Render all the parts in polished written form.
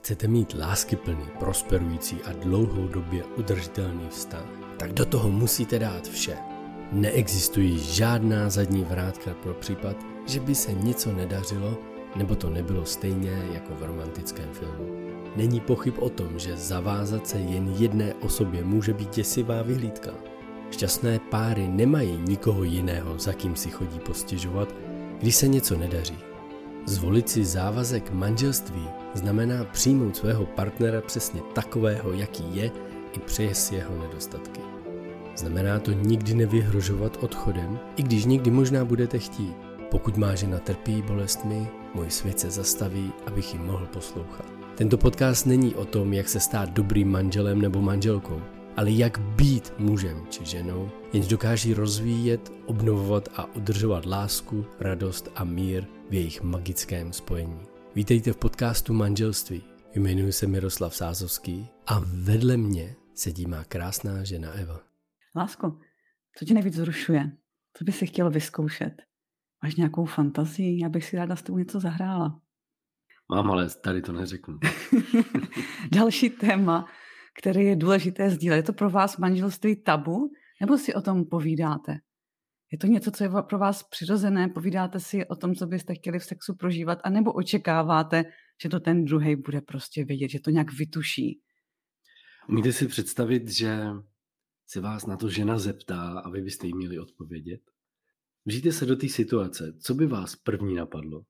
Chcete mít láskyplný, prosperující a dlouhodobě udržitelný vztah, tak do toho musíte dát vše. Neexistují žádná zadní vrátka pro případ, že by se něco nedařilo, nebo to nebylo stejně jako v romantickém filmu. Není pochyb o tom, že zavázat se jen jedné osobě může být děsivá vyhlídka. Šťastné páry nemají nikoho jiného, za kým si chodí postěžovat, když se něco nedaří. Zvolit si závazek manželství znamená přijmout svého partnera přesně takového, jaký je, i přes jeho nedostatky. Znamená to nikdy nevyhrožovat odchodem, i když někdy možná budete chtít. Pokud má žena trpí bolestmi, můj svět se zastaví, abych ji mohl poslouchat. Tento podcast není o tom, jak se stát dobrým manželem nebo manželkou, ale jak být mužem či ženou, jenž dokáží rozvíjet, obnovovat a udržovat lásku, radost a mír v jejich magickém spojení. Vítejte v podcastu Manželství. Jmenuji se Miroslav Sázovský a vedle mě sedí má krásná žena Eva. Lásko, co tě nejvíc vzrušuje? Co bys si chtěl vyzkoušet? Máš nějakou fantazii? Já bych si ráda s tebou něco zahrála. Mám, ale tady to neřeknu. Další téma, které je důležité sdílet. Je to pro vás manželství tabu? Nebo si o tom povídáte? Je to něco, co je pro vás přirozené? Povídáte si o tom, co byste chtěli v sexu prožívat? A nebo očekáváte, že to ten druhej bude prostě vědět, že to nějak vytuší? Umíte si představit, že se vás na to žena zeptá a vy byste jí měli odpovědět? Vžijte se do té situace. Co by vás první napadlo?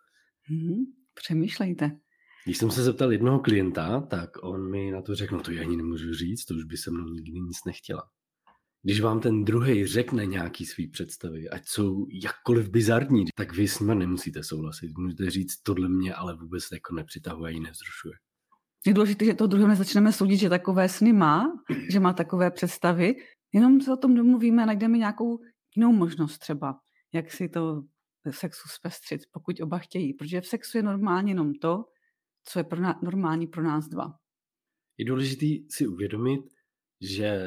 Přemýšlejte. Když jsem se zeptal jednoho klienta, tak on mi na to řekl, no to já ani nemůžu říct, to už by se mnou nikdy nic nechtěla. Když vám ten druhej řekne nějaký svý představy, ať jsou jakkoliv bizarní, tak vy s nimi nemusíte souhlasit. Můžete říct, tohle mě ale vůbec jako nepřitahuje a ji nevzrušuje. Je důležité, že toho druhého nezačneme soudit, že takové sny má, že má takové představy, jenom se o tom domluvíme a najdeme nějakou jinou možnost třeba, jak si to v sexu zpestřit, pokud oba chtějí. Protože v sexu je normálně jenom to, co je normální pro nás dva. Je důležité si uvědomit, že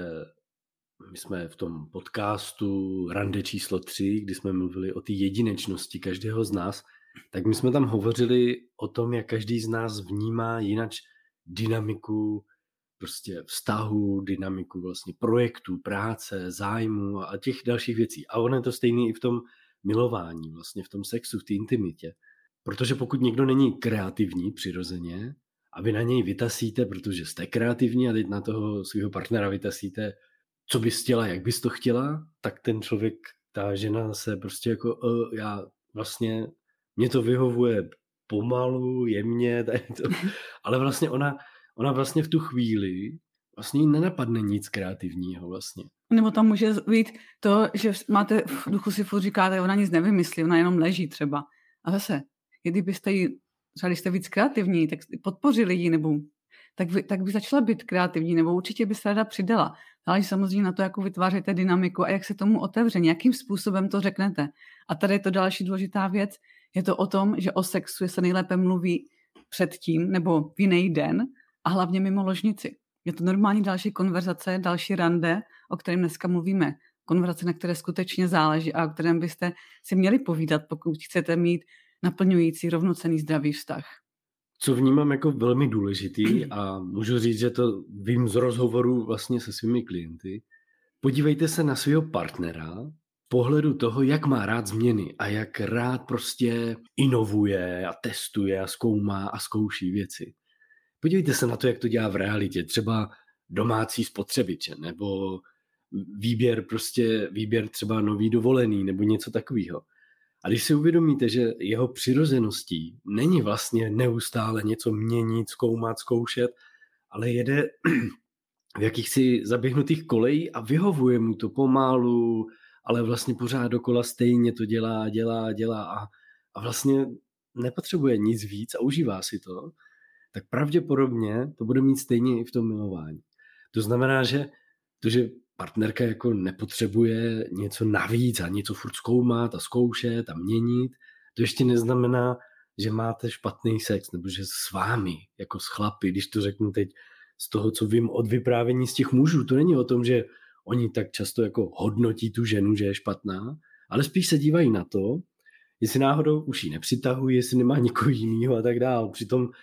my jsme v tom podcastu Rande číslo 3, kdy jsme mluvili o té jedinečnosti každého z nás, tak my jsme tam hovořili o tom, jak každý z nás vnímá jinač dynamiku prostě vztahu, dynamiku vlastně projektů, práce, zájmu a těch dalších věcí. A ono je to stejné i v tom milování, vlastně v tom sexu, v té intimitě. Protože pokud někdo není kreativní přirozeně a vy na něj vytasíte, protože jste kreativní a teď na toho svého partnera vytasíte, co bys chtěla, jak bys to chtěla, tak ten člověk, ta žena se prostě jako já vlastně, mě to vyhovuje pomalu, jemně, tady to. Ale vlastně ona vlastně v tu chvíli vlastně jí nenapadne nic kreativního vlastně. Nebo tam může být to, že máte v duchu si furt říkáte, ona nic nevymyslí, ona jenom leží třeba. A zase, kdybyste jí, třeba když jste víc kreativní, tak podpořili ji, nebo tak by začala být kreativní, nebo určitě by se ráda přidala. Ale samozřejmě na to, jak vytváříte dynamiku a jak se tomu otevře, jakým způsobem to řeknete. A tady je to další důležitá věc, je to o tom, že o sexu se nejlépe mluví předtím nebo v jiný den a hlavně mimo ložnici. Je to normální další konverzace, další rande, o kterém dneska mluvíme. Konverzace, na které skutečně záleží a o kterém byste si měli povídat, pokud chcete mít naplňující, rovnocenný, zdravý vztah. Co vnímám jako velmi důležitý a můžu říct, že to vím z rozhovoru vlastně se svými klienty, podívejte se na svého partnera pohledu toho, jak má rád změny a jak rád prostě inovuje a testuje a zkoumá a zkouší věci. Podívejte se na to, jak to dělá v realitě, třeba domácí spotřebiče nebo výběr třeba nový dovolený nebo něco takového. A když si uvědomíte, že jeho přirozeností není vlastně neustále něco měnit, zkoumat, zkoušet, ale jede v jakýchsi zaběhnutých kolejí a vyhovuje mu to pomalu, ale vlastně pořád dokola stejně to dělá a vlastně nepotřebuje nic víc a užívá si to, tak pravděpodobně to bude mít stejně i v tom milování. To znamená, že partnerka jako nepotřebuje něco navíc a něco furt zkoumat a zkoušet a měnit. To ještě neznamená, že máte špatný sex, nebo že s vámi, jako s chlapy, když to řeknu teď z toho, co vím od vyprávění z těch mužů, to není o tom, že oni tak často jako hodnotí tu ženu, že je špatná, ale spíš se dívají na to, jestli náhodou už ji nepřitahují, jestli nemá někoho jinýho a tak dál. Přitom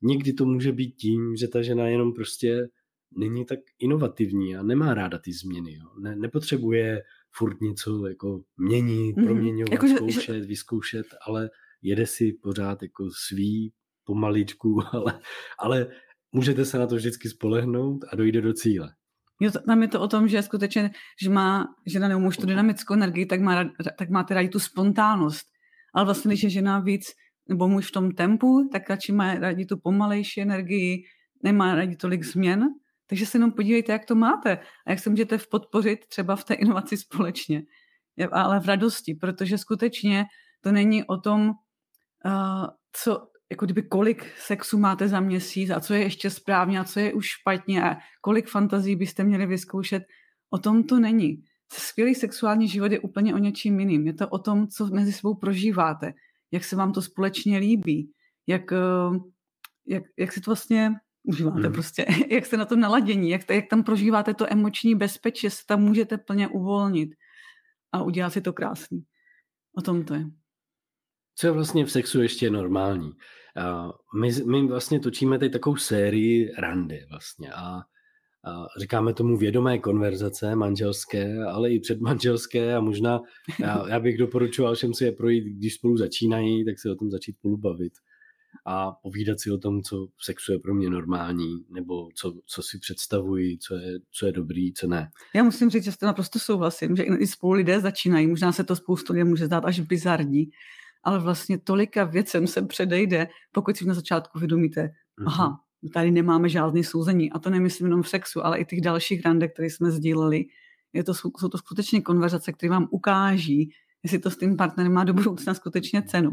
někdy to může být tím, že ta žena jenom prostě není tak inovativní a nemá ráda ty změny. Jo. Nepotřebuje furt něco jako měnit, proměňovat, zkoušet, vyzkoušet, ale jede si pořád jako svý pomaličku, ale můžete se na to vždycky spolehnout a dojde do cíle. Jo, tam je to o tom, že skutečně, že má žena nebo muž tu dynamickou energii, tak máte rádi tu spontánnost. Ale vlastně, když je žena víc, nebo muž v tom tempu, tak radši má rádi tu pomalejší energii, nemá rádi tolik změn. Takže se jenom podívejte, jak to máte a jak se můžete podpořit třeba v té inovaci společně. Ale v radosti, protože skutečně to není o tom, co, jako kdyby kolik sexu máte za měsíc a co je ještě správně a co je už špatně a kolik fantazí byste měli vyzkoušet. O tom to není. Skvělý sexuální život je úplně o něčím jiným. Je to o tom, co mezi sebou prožíváte, jak se vám to společně líbí, jak si to vlastně užíváte prostě, jak jste na tom naladění, jak tam prožíváte to emoční bezpečí, že se tam můžete plně uvolnit a udělat si to krásný. O tom to je. Co je vlastně v sexu ještě normální? My vlastně točíme teď takovou sérii randy vlastně a říkáme tomu vědomé konverzace manželské, ale i předmanželské a možná já bych doporučoval všem si je projít, když spolu začínají, tak se o tom začít spolu bavit a povídat si o tom, co v sexu je pro mě normální, nebo co si představují, co je dobrý, co ne. Já musím říct, že s tím naprosto souhlasím, že i spolu lidé začínají, možná se to spoustu lidem může zdát až bizarní, ale vlastně tolika věcem se předejde, pokud si na začátku vědomíte, aha, tady nemáme žádné souzení. A to nemyslím jenom v sexu, ale i těch dalších randek, které jsme sdíleli. Jsou to skutečně konverzace, které vám ukáží, jestli to s tím partnerem má do budoucna skutečně cenu.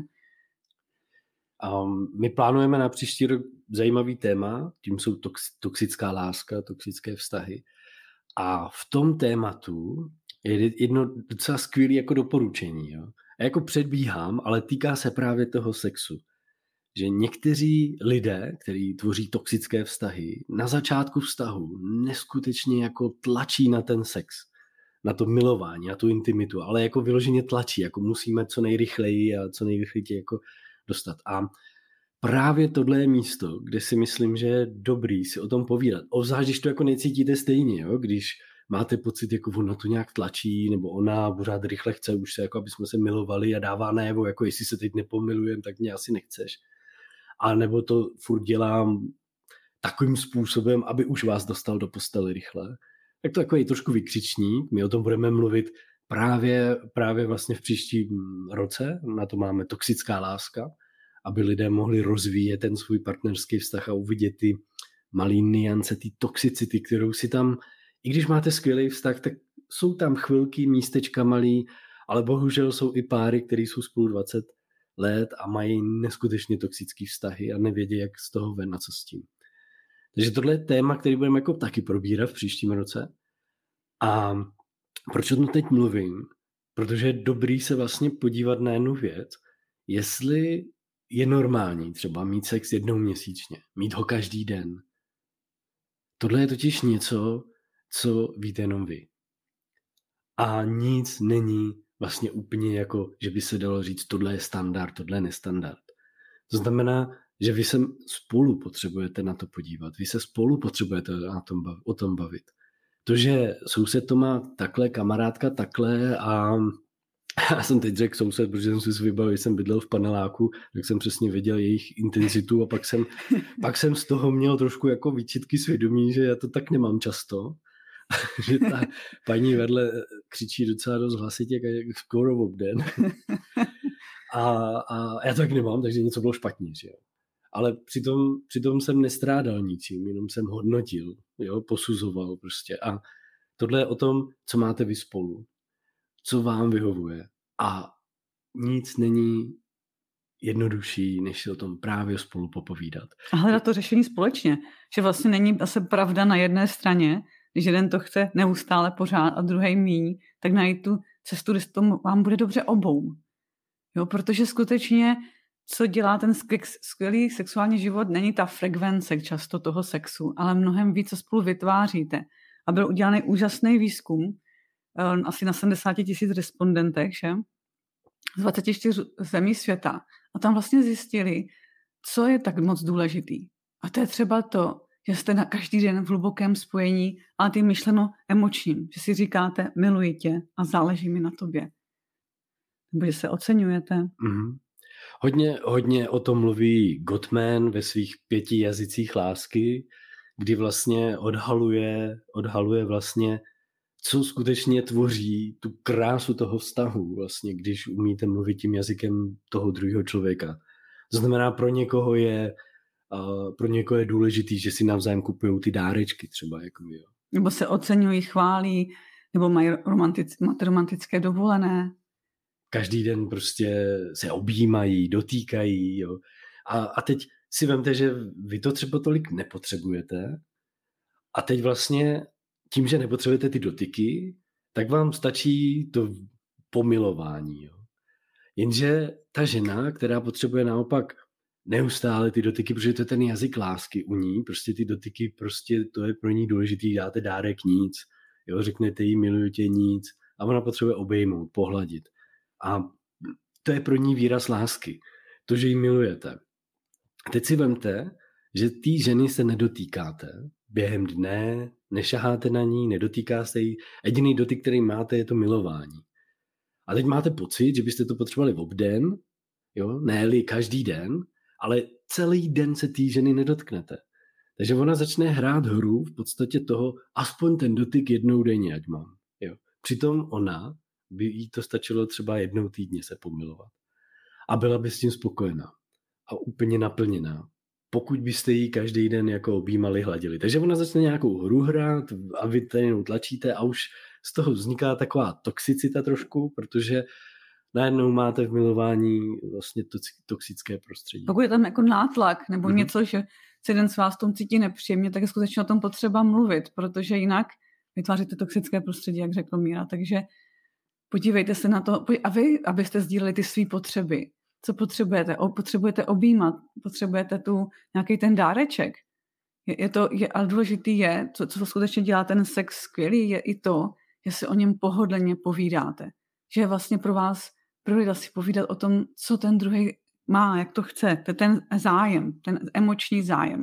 My plánujeme na příští rok zajímavý téma, tím jsou toxická láska, toxické vztahy. A v tom tématu je jedno docela skvělé jako doporučení. Jo? A jako předbíhám, ale týká se právě toho sexu. Že někteří lidé, kteří tvoří toxické vztahy, na začátku vztahu neskutečně jako tlačí na ten sex, na to milování, na tu intimitu, ale jako vyloženě tlačí, jako musíme co nejrychleji a co nejrychleji jako dostat. A právě tohle je místo, kde si myslím, že je dobrý si o tom povídat. Obzvlášť, když to jako necítíte stejně, jo? Když máte pocit, jako ona to nějak tlačí, nebo ona pořád rychle chce už se, jako aby jsme se milovali a dává najevo, jako jestli se teď nepomilujem, tak mě asi nechceš. A nebo to furt dělám takovým způsobem, aby už vás dostal do postele rychle. Tak to takový trošku vykřičník. My o tom budeme mluvit právě vlastně v příštím roce. Na to máme toxická láska, aby lidé mohli rozvíjet ten svůj partnerský vztah a uvidět ty malý nuance, ty toxicity, kterou si tam, i když máte skvělý vztah, tak jsou tam chvilky, místečka malý, ale bohužel jsou i páry, které jsou spolu 20 let a mají neskutečně toxické vztahy a nevědí, jak z toho ven a co s tím. Takže tohle je téma, který budeme jako taky probírat v příštím roce. A proč o tom teď mluvím? Protože je dobrý se vlastně podívat na jednu věc, jestli je normální třeba mít sex jednou měsíčně, mít ho každý den. Tohle je totiž něco, co víte jenom vy. A nic není vlastně úplně jako, že by se dalo říct, tohle je standard, tohle je nestandard. To znamená, že vy se spolu potřebujete na to podívat, vy se spolu potřebujete o tom bavit. To, že soused to má takhle, kamarádka takhle a já jsem teď řekl soused, protože jsem si vybavil, že jsem bydlel v paneláku, tak jsem přesně věděl jejich intenzitu a pak jsem z toho měl trošku jako výčitky svědomí, že já to tak nemám často, že ta paní vedle křičí docela dost hlasitě, jak skoro obden. A já to tak nemám, takže něco bylo špatně, že jo. Ale přitom jsem nestrádal ničím, jenom jsem hodnotil, jo, posuzoval prostě. A tohle je o tom, co máte vy spolu, co vám vyhovuje. A nic není jednodušší, než si o tom právě spolu popovídat. A hledat to řešení společně, že vlastně není zase pravda na jedné straně, když jeden to chce neustále pořád a druhý míň, tak najít tu cestu, kde to vám bude dobře obou. Jo, protože skutečně, co dělá ten skvělý sexuální život, není ta frekvence často toho sexu, ale mnohem víc, co spolu vytváříte. A byl udělaný úžasný výzkum, asi na 70 000 respondentech, že? Z 24 zemí světa. A tam vlastně zjistili, co je tak moc důležitý. A to je třeba to, že jste na každý den v hlubokém spojení, ale ty myšleno emočním, že si říkáte, miluji tě a záleží mi na tobě. Nebo že se oceňujete. Mm-hmm. Hodně o tom mluví Gottman ve svých 5 jazycích lásky, kdy vlastně odhaluje vlastně, co skutečně tvoří tu krásu toho vztahu, vlastně, když umíte mluvit tím jazykem toho druhého člověka. To znamená, pro někoho je důležitý, že si navzájem kupují ty dárečky třeba. Jako, jo. Nebo se oceňují, chválí, nebo mají romantické dovolené. Každý den prostě se objímají, dotýkají. Jo. A teď si vemte, že vy to třeba tolik nepotřebujete a teď vlastně tím, že nepotřebujete ty dotyky, tak vám stačí to pomilování. Jo. Jenže ta žena, která potřebuje naopak neustále ty dotyky, protože to je ten jazyk lásky u ní, prostě ty dotyky, prostě to je pro ní důležitý, dáte dárek nic, jo, řeknete jí miluju tě nic a ona potřebuje obejmout, pohladit. A to je pro ní výraz lásky, to, že jí milujete. A teď si vemte, že té ženy se nedotýkáte během dne, nešaháte na ní, nedotýká se jí, jediný dotyk, který máte, je to milování. A teď máte pocit, že byste to potřebovali v obden, jo, ne-li každý den, ale celý den se té ženy nedotknete. Takže ona začne hrát hru v podstatě toho, aspoň ten dotyk jednou denně, ať mám. Jo. Přitom ona by jí to stačilo třeba jednou týdně se pomilovat. A byla by s tím spokojená a úplně naplněná. Pokud byste jí každý den jako objímali, hladili. Takže ona začne nějakou hru hrát a vy ten jenom tlačíte a už z toho vzniká taková toxicita trošku, protože najednou máte v milování vlastně toxické prostředí. Pokud je tam jako nátlak nebo něco, že se jeden z vás v tom cítí nepříjemně, tak je skutečně o tom potřeba mluvit, protože jinak vytváříte toxické prostředí, jak řekl Míra. Takže podívejte se na to a vy, abyste sdíleli ty své potřeby. Co potřebujete? Potřebujete objímat, potřebujete tu nějaký ten dáreček. Ale důležitý je, co skutečně dělá ten sex skvělý, je i to, že si o něm pohodlně povídáte. Že je vlastně pro vás priorita si povídat o tom, co ten druhý má, jak to chce. Ten zájem, ten emoční zájem.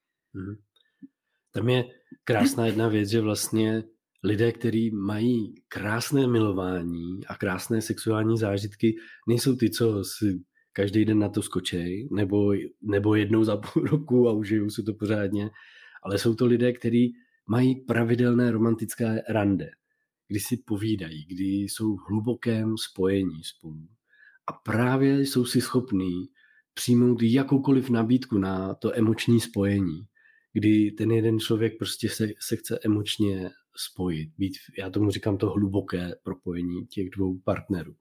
Tam je krásná jedna věc, že vlastně lidé, kteří mají krásné milování a krásné sexuální zážitky, nejsou ty, co si každý den na to skočej, nebo jednou za půl roku a užijou si to pořádně, ale jsou to lidé, kteří mají pravidelné romantické rande, kdy si povídají, kdy jsou v hlubokém spojení spolu. A právě jsou si schopní přijmout jakoukoliv nabídku na to emoční spojení, kdy ten jeden člověk prostě se chce emočně spojit, být, já tomu říkám, to hluboké propojení těch dvou partnerů.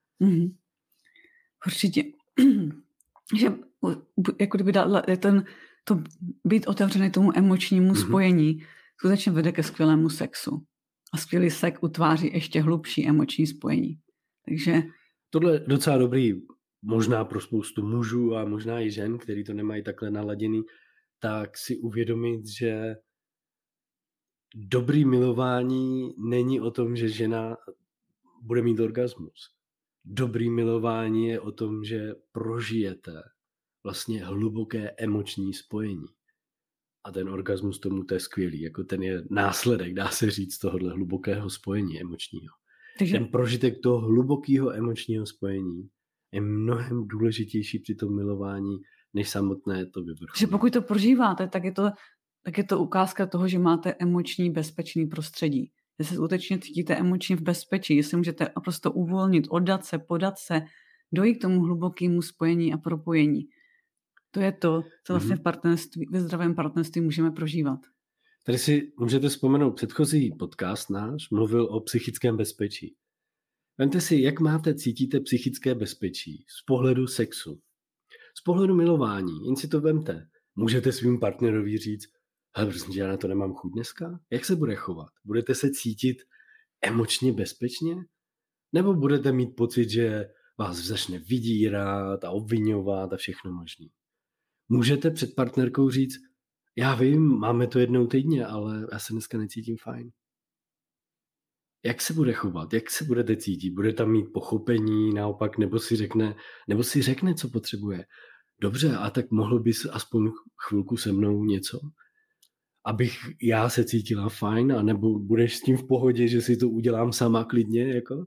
Určitě. Že jako kdyby to být otevřený tomu emočnímu spojení skutečně vede ke skvělému sexu. A skvělý sex utváří ještě hlubší emoční spojení. Takže tohle je docela dobrý, možná pro spoustu mužů a možná i žen, který to nemají takhle naladěný, tak si uvědomit, že dobrý milování není o tom, že žena bude mít orgasmus. Dobrý milování je o tom, že prožijete vlastně hluboké emoční spojení. A ten orgasmus tomu to je skvělý. Jako ten je následek, dá se říct, tohohle hlubokého spojení emočního. Takže ten prožitek toho hlubokého emočního spojení je mnohem důležitější při tom milování, než samotné to vyvrcholení. Že pokud to prožíváte, tak je to ukázka toho, že máte emoční bezpečný prostředí. Že se skutečně cítíte emočně v bezpečí, že se můžete prostě uvolnit, oddat se, podat se, dojít k tomu hlubokému spojení a propojení. To je to, co vlastně v partnerství, ve zdravém partnerství můžeme prožívat. Tady si můžete vzpomenout, předchozí podcast náš mluvil o psychickém bezpečí. Vemte si, jak cítíte psychické bezpečí z pohledu sexu, z pohledu milování, jen si to vemte. Můžete svým partnerovi říct, hele, prostě já na to nemám chuť dneska? Jak se bude chovat? Budete se cítit emočně bezpečně? Nebo budete mít pocit, že vás začne vydírat a obviňovat a všechno možný? Můžete před partnerkou říct, já vím, máme to jednou týdně, ale já se dneska necítím fajn. Jak se bude chovat? Jak se budete cítit? Bude tam mít pochopení naopak, nebo si řekne, co potřebuje? dobře, a tak mohl bys aspoň chvilku se mnou něco? Abych já se cítila fajn, anebo budeš s tím v pohodě, že si to udělám sama klidně, jako?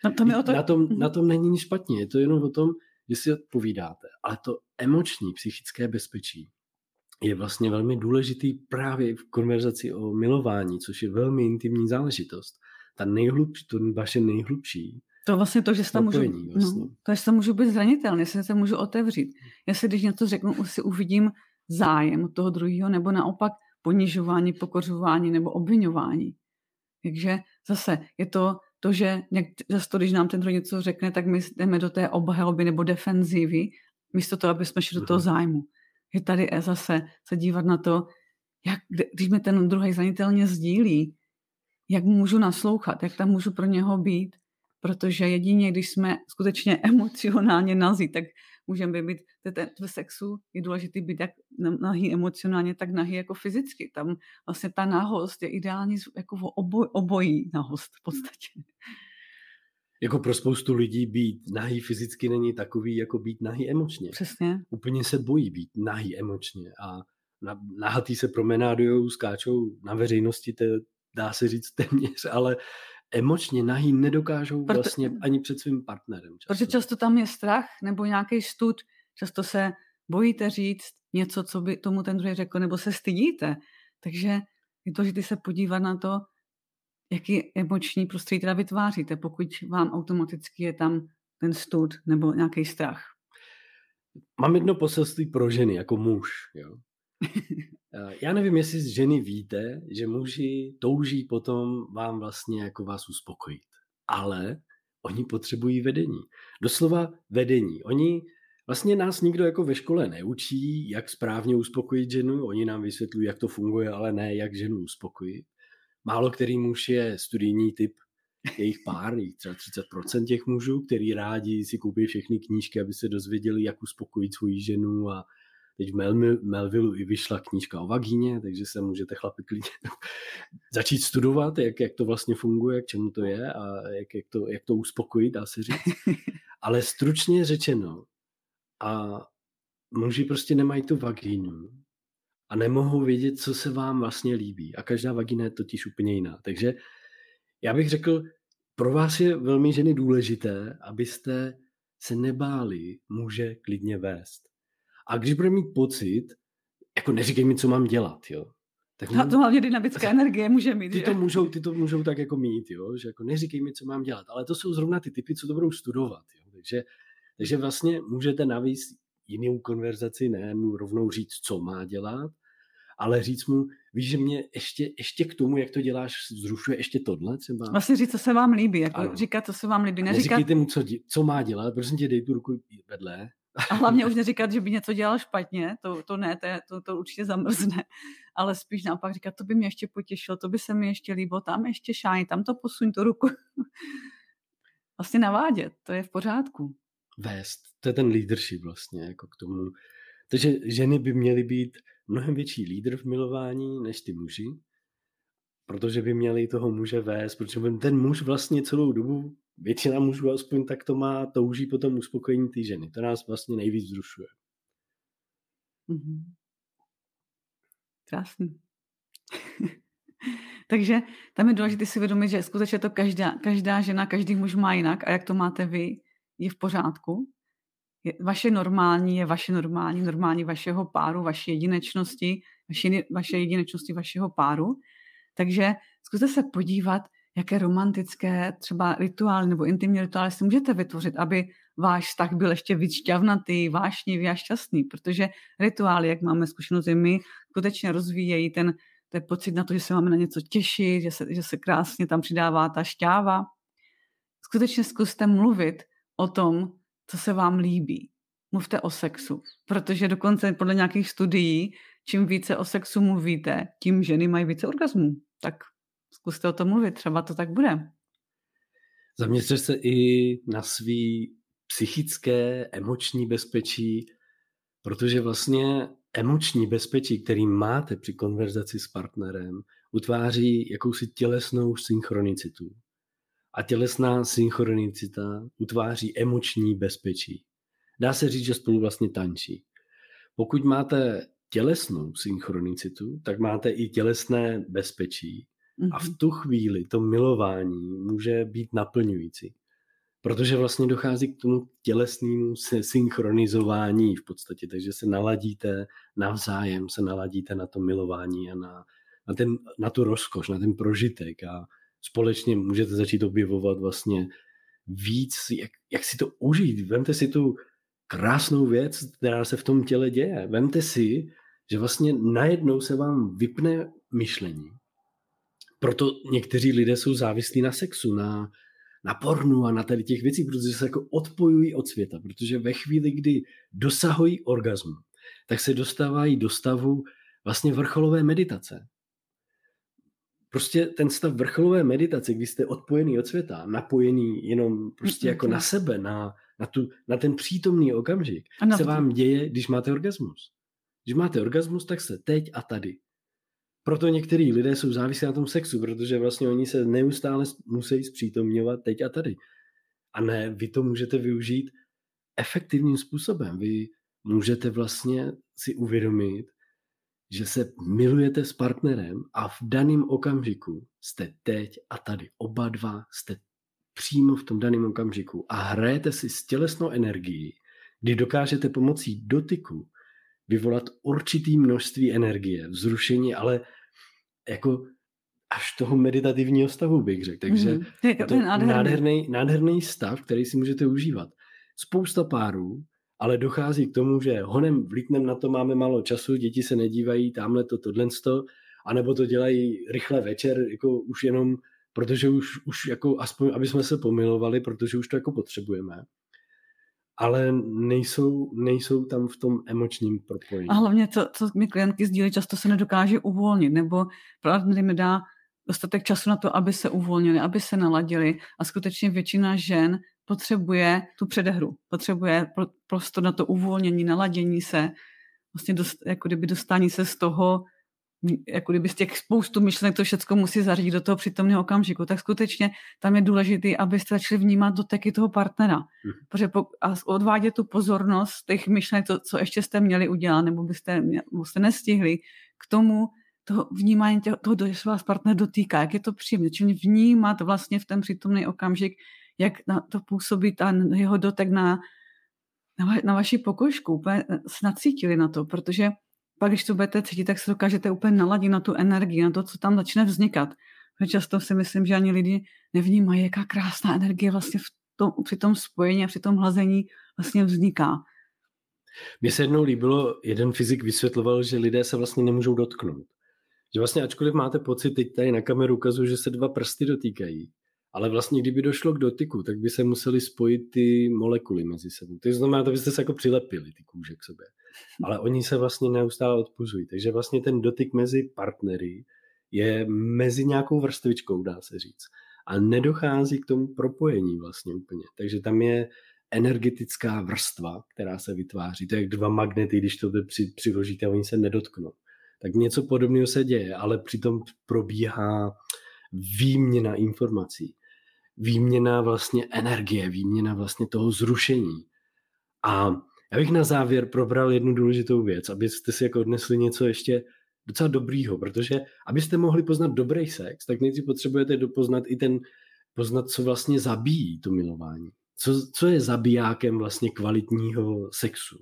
Na tom není nic špatně, je to jenom o tom, že si odpovídáte. Ale to emoční, psychické bezpečí je vlastně velmi důležitý právě v konverzaci o milování, což je velmi intimní záležitost. To vaše nejhlubší. To vlastně to, že se tam můžu být zranitelný, jestli se můžu otevřít. Jestli když něco řeknu, si uvidím zájem od toho druhého, nebo naopak ponižování, pokořování nebo obviňování. Takže zase je to, že zase to, když nám ten druhý něco řekne, tak my jdeme do té obhajoby nebo defenzívy, místo toho, aby jsme šli do toho zájmu. Je tady zase se dívat na to, když mi ten druhý zranitelně sdílí, jak můžu naslouchat, jak tam můžu pro něho být, protože jedině, když jsme skutečně emocionálně nazí, tak můžeme být, v sexu je důležité být jak nahý emocionálně, tak nahý jako fyzicky. Tam vlastně ta nahost je ideální jako obojí nahost v podstatě. Jako pro spoustu lidí být nahý fyzicky není takový, jako být nahý emočně. Přesně. Úplně se bojí být nahý emočně a nahatý se promenádujou, skáčou na veřejnosti, to dá se říct téměř, ale emočně nahý nedokážou vlastně ani před svým partnerem. Protože často tam je strach nebo nějaký stud, často se bojíte říct něco, co by tomu ten druhý řekl, nebo se stydíte. Takže je důležité se podívat na to, jaký emoční prostředí teda vytváříte, pokud vám automaticky je tam ten stud nebo nějaký strach. Mám jedno poselství pro ženy, jako muž. Jo? Já nevím, jestli z ženy víte, že muži touží potom vám vlastně jako vás uspokojit. Ale oni potřebují vedení. Doslova vedení. Oni vlastně nás nikdo jako ve škole neučí, jak správně uspokojit ženu. Oni nám vysvětlují, jak to funguje, ale ne, jak ženu uspokojit. Málo který muž je studijní typ jejich pár, jich třeba 30% těch mužů, který rádi si koupí všechny knížky, aby se dozvěděli, jak uspokojit svoji ženu. A teď v Melvillu i vyšla knížka o vagíně, takže se můžete chlapi klidně začít studovat, jak to vlastně funguje, k čemu to je a jak to uspokojit, dá se říct. Ale stručně řečeno, a muži prostě nemají tu vagínu a nemohou vědět, co se vám vlastně líbí. A každá vagína je totiž úplně jiná. Takže já bych řekl, pro vás je velmi ženy důležité, abyste se nebáli muže klidně vést. A když bude mít pocit, jako neříkej mi, co mám dělat, jo. Tak to hlavně dynamická energie může mít, ty to můžou tak jako mít, jo, že jako neříkej mi, co mám dělat, ale to jsou zrovna ty typy, co to budou studovat, jo. Takže vlastně můžete navíc jinou konverzaci, ne mu rovnou říct, co má dělat, ale říct mu, víš, že mě ještě k tomu, jak to děláš, vzrušuje ještě tohle třeba. Vlastně říct, co se vám líbí, jako říkat, co se vám líbí. Neříkejte mu, co má dělat, prosím tě, dej tu ruku vedle. A hlavně už neříkat, že by něco dělal špatně, to ne, to určitě zamrzne, ale spíš naopak říkat, to by mě ještě potěšilo, to by se mi ještě líbilo, tam ještě šáň, tam to posuň tu ruku. Vlastně navádět, to je v pořádku. Vést, to je ten leadership vlastně, jako k tomu. Takže ženy by měly být mnohem větší lídr v milování než ty muži, protože by měli toho muže vést, protože ten muž vlastně celou dobu, většina mužů aspoň tak to má, touží potom uspokojení té ženy. To nás vlastně nejvíc vzrušuje. Mm-hmm. Krásný. Takže tam je důležité si vědomit, že skutečně to každá žena, každý muž má jinak a jak to máte vy, je v pořádku. Vaše normální je vaše normální vašeho páru, vaší jedinečnosti, vaše jedinečnosti vašeho páru. Takže zkuste se podívat, jaké romantické třeba rituály nebo intimní rituály si můžete vytvořit, aby váš vztah byl ještě víc šťavnatý, vášnivý a šťastný, protože rituály, jak máme zkušenost my, skutečně rozvíjejí ten pocit na to, že se máme na něco těšit, že se krásně tam přidává ta šťáva. Skutečně zkuste mluvit o tom, co se vám líbí. Mluvte o sexu, protože dokonce podle nějakých studií, čím více o sexu mluvíte, tím ženy mají více orgasmů. Tak zkuste o tom mluvit, třeba to tak bude. Zaměřte se i na svý psychické, emoční bezpečí, protože vlastně emoční bezpečí, který máte při konverzaci s partnerem, utváří jakousi tělesnou synchronicitu. A tělesná synchronicita utváří emoční bezpečí. Dá se říct, že spolu vlastně tančí. Pokud máte tělesnou synchronicitu, tak máte i tělesné bezpečí. A v tu chvíli to milování může být naplňující. Protože vlastně dochází k tomu tělesnému synchronizování v podstatě, takže se naladíte navzájem, se naladíte na to milování a na tu rozkoš, na ten prožitek a společně můžete začít objevovat vlastně víc, jak si to užít. Vemte si tu krásnou věc, která se v tom těle děje. Vemte si, že vlastně najednou se vám vypne myšlení. Proto někteří lidé jsou závislí na sexu, na pornu a na tady těch věcí, protože se jako odpojují od světa, protože ve chvíli, kdy dosahují orgazmu, tak se dostávají do stavu vlastně vrcholové meditace. Prostě ten stav vrcholové meditace, kdy jste odpojený od světa, napojený jenom prostě jako na sebe, na ten přítomný okamžik, se vám děje, když máte orgasmus. Když máte orgasmus, tak jste teď a tady. Proto některý lidé jsou závislí na tom sexu, protože vlastně oni se neustále musí zpřítomňovat teď a tady. A ne, vy to můžete využít efektivním způsobem. Vy můžete vlastně si uvědomit, že se milujete s partnerem a v daném okamžiku jste teď a tady. Oba dva jste přímo v tom daném okamžiku a hrajete si s tělesnou energií, kdy dokážete pomocí dotyku vyvolat určitý množství energie, vzrušení, ale jako až toho meditativního stavu bych řekl. Takže je to nádherný stav, který si můžete užívat. Spousta párů, ale dochází k tomu, že honem vlítnem na to, máme málo času, děti se nedívají, tamhle tohleto, anebo to dělají rychle večer, jako už jenom, protože už jako aspoň, aby jsme se pomilovali, protože už to jako potřebujeme. Ale nejsou tam v tom emočním propojení. A hlavně, co mi klientky sdílí, často se nedokáže uvolnit, nebo partner mi dá dostatek času na to, aby se uvolnili, aby se naladili a skutečně většina žen potřebuje tu předehru, potřebuje prostor na to uvolnění, naladění se, vlastně jako kdyby dostání se z toho, jako kdyby z těch spoustu myšlenek to všechno musí zařídit do toho přítomného okamžiku, tak skutečně tam je důležité, abyste začali vnímat doteky toho partnera. Protože a odvádět tu pozornost těch myšlenek, co ještě jste měli udělat, nebo byste nestihli, k tomu toho vnímání toho, že se vás partner dotýká, jak je to příjemné, čili vnímat vlastně v ten přítomný okamžik, jak na to působí jeho dotek na vaši pokožku, úplně se nacítili na to, protože pak, když to budete cítit, tak se dokážete úplně naladit na tu energii, na to, co tam začne vznikat. Protože často si myslím, že ani lidi nevnímají, jaká krásná energie vlastně při tom spojení a při tom hlazení vlastně vzniká. Mně se jednou líbilo, jeden fyzik vysvětloval, že lidé se vlastně nemůžou dotknout. Že vlastně ačkoliv máte pocit, teď tady na kameru ukazuju, že se 2 prsty dotýkají, ale vlastně kdyby došlo k dotyku, tak by se museli spojit ty molekuly mezi sebou. To znamená, že byste se jako přilepili ty kůže k sobě. Ale oni se vlastně neustále odpuzují. Takže vlastně ten dotyk mezi partnery je mezi nějakou vrstvičkou, dá se říct. A nedochází k tomu propojení vlastně úplně. Takže tam je energetická vrstva, která se vytváří. To je jak 2 magnety, když to přiložíte a oni se nedotknou. Tak něco podobného se děje, ale přitom probíhá výměna informací. Výměna vlastně energie, výměna vlastně toho zrušení. A já bych na závěr probral jednu důležitou věc, abyste si jako odnesli něco ještě docela dobrýho, protože abyste mohli poznat dobrý sex, tak nejdřív potřebujete poznat, co vlastně zabíjí to milování. Co je zabijákem vlastně kvalitního sexu.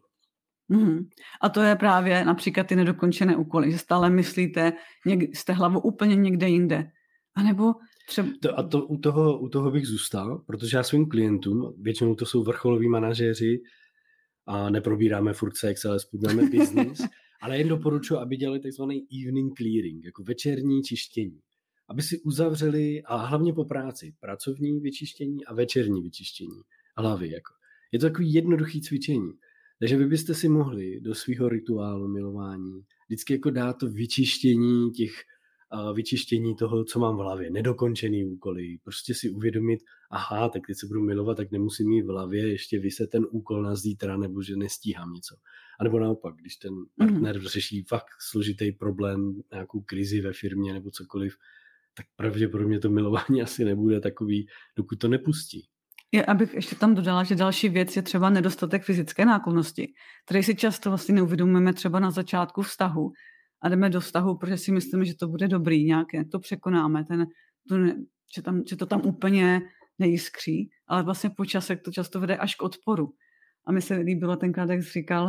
A to je právě například ty nedokončené úkoly, že stále myslíte, jste hlavou úplně někde jinde. A nebo třeba... U toho bych zůstal, protože já svým klientům, většinou to jsou vrcholoví manažéři a neprobíráme furt sex, ale spůjdáme business, ale jen doporučuji, aby dělali takzvaný evening clearing, jako večerní čištění. Aby si uzavřeli, a hlavně po práci, pracovní vyčištění a večerní vyčištění hlavy. Jako. Je to takový jednoduchý cvičení. Takže vy byste si mohli do svého rituálu milování vždycky jako dát to vyčištění toho, co mám v hlavě, nedokončený úkoly, prostě si uvědomit, aha, tak teď se budu milovat, tak nemusím mít v hlavě ještě vyset ten úkol na zítra, nebo že nestíhám něco. A nebo naopak, když ten partner řeší fakt složitý problém, nějakou krizi ve firmě nebo cokoliv, tak pravděpodobně to milování asi nebude takový, dokud to nepustí. abych ještě tam dodala, že další věc je třeba nedostatek fyzické náklonnosti, který si často vlastně neuvědomujeme třeba na začátku vztahu a jdeme do vztahu, protože si myslíme, že to bude dobrý nějaké, to překonáme, že to tam úplně nejiskří, ale vlastně po čase to často vede až k odporu. A mi se líbilo tenkrát, jak jsi říkal,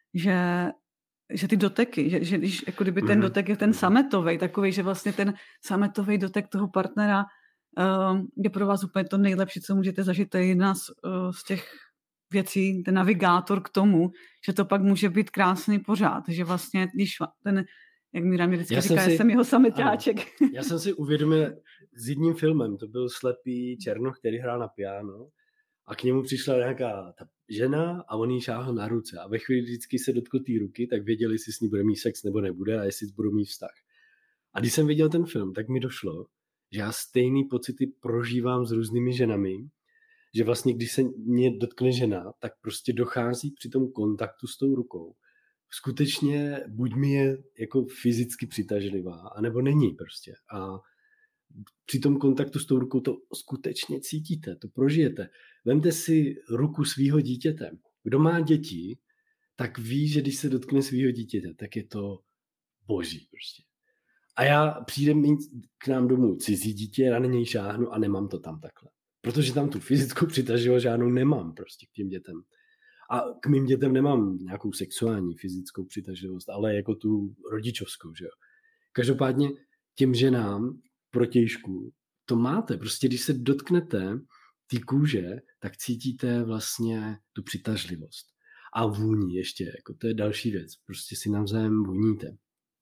že ty doteky, že když jako kdyby ten dotek je ten sametovej, takový, že vlastně ten sametový dotek toho partnera je pro vás úplně to nejlepší, co můžete zažít. To je jedna z těch věcí, ten navigátor k tomu, že to pak může být krásný pořád, že vlastně, když ten, jak Míra mi vždycky říká, jsem jeho sametáček. Já jsem si uvědomil s jedním filmem, to byl Slepý černoch, který hrál na piano a k němu přišla nějaká ta žena a on jí šáhl na ruce a ve chvíli vždycky se dotkl té ruky, tak věděli, jestli s ní bude mít sex nebo nebude a jestli budou mít vztah. A když jsem viděl ten film, tak mi došlo, že já stejný pocity prožívám s různými ženami, že vlastně když se mě dotkne žena, tak prostě dochází při tom kontaktu s tou rukou. Skutečně buď mi je jako fyzicky přitažlivá, anebo není prostě. A při tom kontaktu s tou rukou to skutečně cítíte, to prožijete. Vemte si ruku svýho dítěte. Kdo má děti, tak ví, že když se dotkne svýho dítěte, tak je to boží prostě. A já přijde mít k nám domů cizí dítě, já na něj šáhnu a nemám to tam takhle. Protože tam tu fyzickou přitažlivost žádnou nemám prostě k těm dětem. A k mým dětem nemám nějakou sexuální fyzickou přitažlivost, ale jako tu rodičovskou, že jo. Každopádně těm ženám protějšku to máte. Prostě když se dotknete té kůže, tak cítíte vlastně tu přitažlivost. A vůni ještě, jako to je další věc. Prostě si navzájem voníte.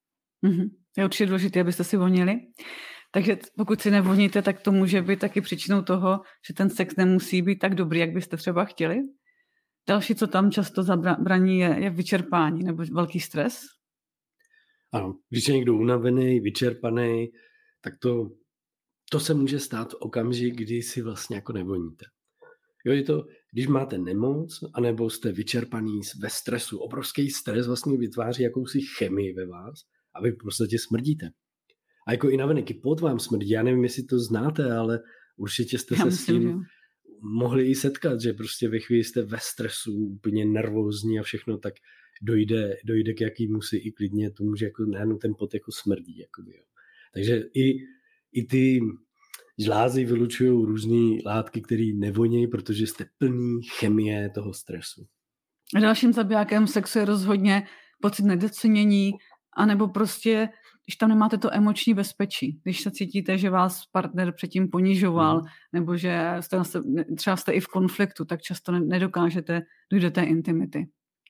Je určitě důležité, abyste si vonili. Takže pokud si nevoníte, tak to může být taky příčinou toho, že ten sex nemusí být tak dobrý, jak byste třeba chtěli. Další, co tam často zabraní, je vyčerpání nebo velký stres. Ano, když je někdo unavený, vyčerpaný, tak to se může stát v okamžik, kdy si vlastně jako nevoníte. Jo, je to, když máte nemoc, anebo jste vyčerpaný ve stresu. Obrovský stres vlastně vytváří jakousi chemii ve vás a vy v podstatě smrdíte. A jako i navenek, i pot vám smrdí. Já nevím, jestli to znáte, ale určitě jste se s tím mohli i setkat, že prostě ve chvíli jste ve stresu, úplně nervózní a všechno, tak dojde k jakýmu si i klidně tomu, že jako najednou ten pot jako smrdí. Jakoby, jo. Takže i ty žlázy vylučují různé látky, které nevonějí, protože jste plný chemie toho stresu. A dalším zabijákem sexu je rozhodně pocit nedocenění, anebo prostě, když tam nemáte to emoční bezpečí, když se cítíte, že vás partner předtím ponižoval, nebo že třeba jste i v konfliktu, tak často nedokážete dojít do té intimity.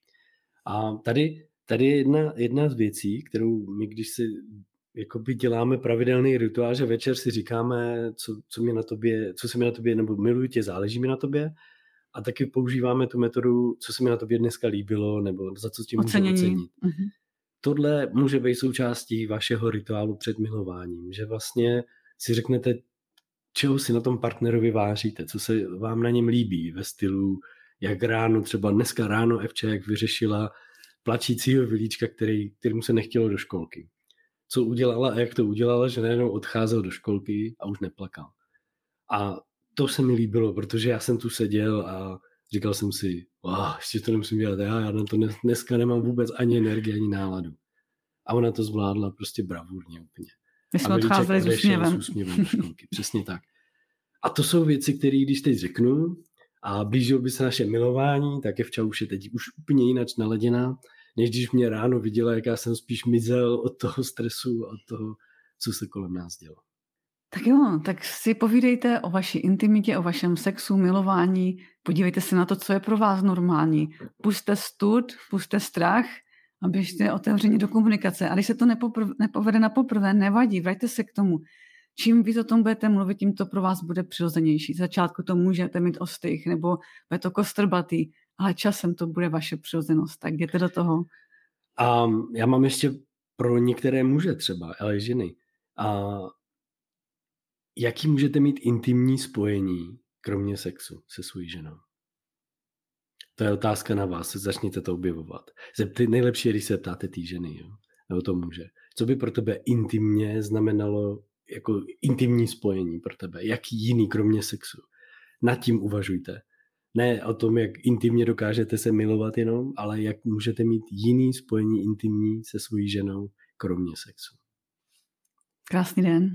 A tady je jedna z věcí, kterou my, když si jakoby děláme pravidelný rituál, že večer si říkáme, co se mi na tobě, nebo miluji tě, záleží mi na tobě, a taky používáme tu metodu, co se mi na tobě dneska líbilo, nebo za co tě můžu ocenit. Tohle může být součástí vašeho rituálu před milováním, že vlastně si řeknete, čeho si na tom partnerovi vážíte, co se vám na něm líbí ve stylu, jak ráno, třeba dneska ráno Evček vyřešila plačícího Vilíčka, kterému se nechtělo do školky. Co udělala a jak to udělala, že najednou odcházel do školky a už neplakal. A to se mi líbilo, protože já jsem tu seděl a říkal jsem si, ještě to nemusím dělat, já na to dneska nemám vůbec ani energii, ani náladu. A ona to zvládla prostě bravurně úplně. My jsme odcházeli s úsměvem. Do školky, přesně tak. A to jsou věci, které když teď řeknu a blížilo by se naše milování, tak Evča už je teď už úplně jinak naladěná, než když mě ráno viděla, jak já jsem spíš mizel od toho stresu a od toho, co se kolem nás dělo. Tak jo, tak si povídejte o vaší intimitě, o vašem sexu, milování, podívejte se na to, co je pro vás normální. Pusťte stud, pusťte strach a běžte otevřeně do komunikace. A když se to nepovede na poprvé, nevadí, vraťte se k tomu. Čím víc o tom budete mluvit, tím to pro vás bude přirozenější. Z začátku to můžete mít ostych, nebo bude to kostrbatý, ale časem to bude vaše přirozenost. Tak jděte do toho. A já mám ještě pro některé muže třeba, ale ženy. A jaký můžete mít intimní spojení, kromě sexu, se svojí ženou? To je otázka na vás, začněte to objevovat. Nejlepší je, když se ptáte té ženy, jo? Nebo to muže. Co by pro tebe intimně znamenalo jako intimní spojení pro tebe? Jaký jiný, kromě sexu? Nad tím uvažujte. Ne o tom, jak intimně dokážete se milovat jenom, ale jak můžete mít jiný spojení intimní se svojí ženou, kromě sexu. Krásný den.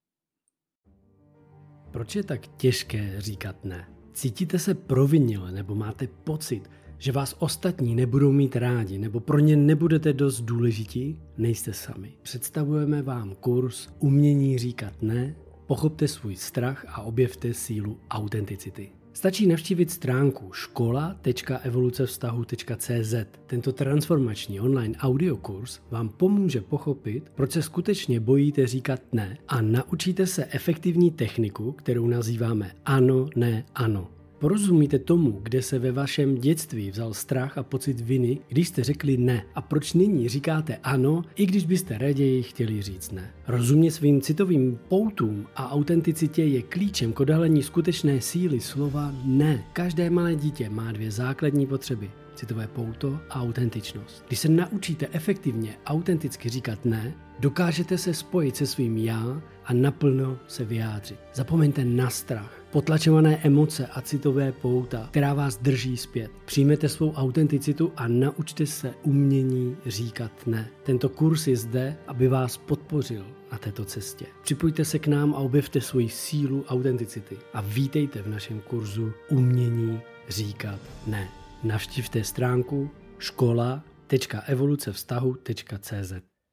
Proč je tak těžké říkat ne? Cítíte se provinile nebo máte pocit, že vás ostatní nebudou mít rádi nebo pro ně nebudete dost důležití? Nejste sami. Představujeme vám kurz Umění říkat ne, pochopte svůj strach a objevte sílu autenticity. Stačí navštívit stránku škola.evolucevztahu.cz. Tento transformační online audiokurs vám pomůže pochopit, proč se skutečně bojíte říkat ne a naučíte se efektivní techniku, kterou nazýváme ano, ne, ano. Porozumíte tomu, kde se ve vašem dětství vzal strach a pocit viny, když jste řekli ne a proč nyní říkáte ano, i když byste raději chtěli říct ne. Rozumět svým citovým poutům a autenticitě je klíčem k odhalení skutečné síly slova ne. Každé malé dítě má 2 základní potřeby. Citové pouto a autentičnost. Když se naučíte efektivně autenticky říkat ne, dokážete se spojit se svým já a naplno se vyjádřit. Zapomeňte na strach, potlačované emoce a citové pouta, která vás drží zpět. Přijměte svou autenticitu a naučte se umění říkat ne. Tento kurz je zde, aby vás podpořil na této cestě. Připojte se k nám a objevte svoji sílu autenticity a vítejte v našem kurzu Umění říkat ne. Navštivte stránku škola.evolucevztahu.cz.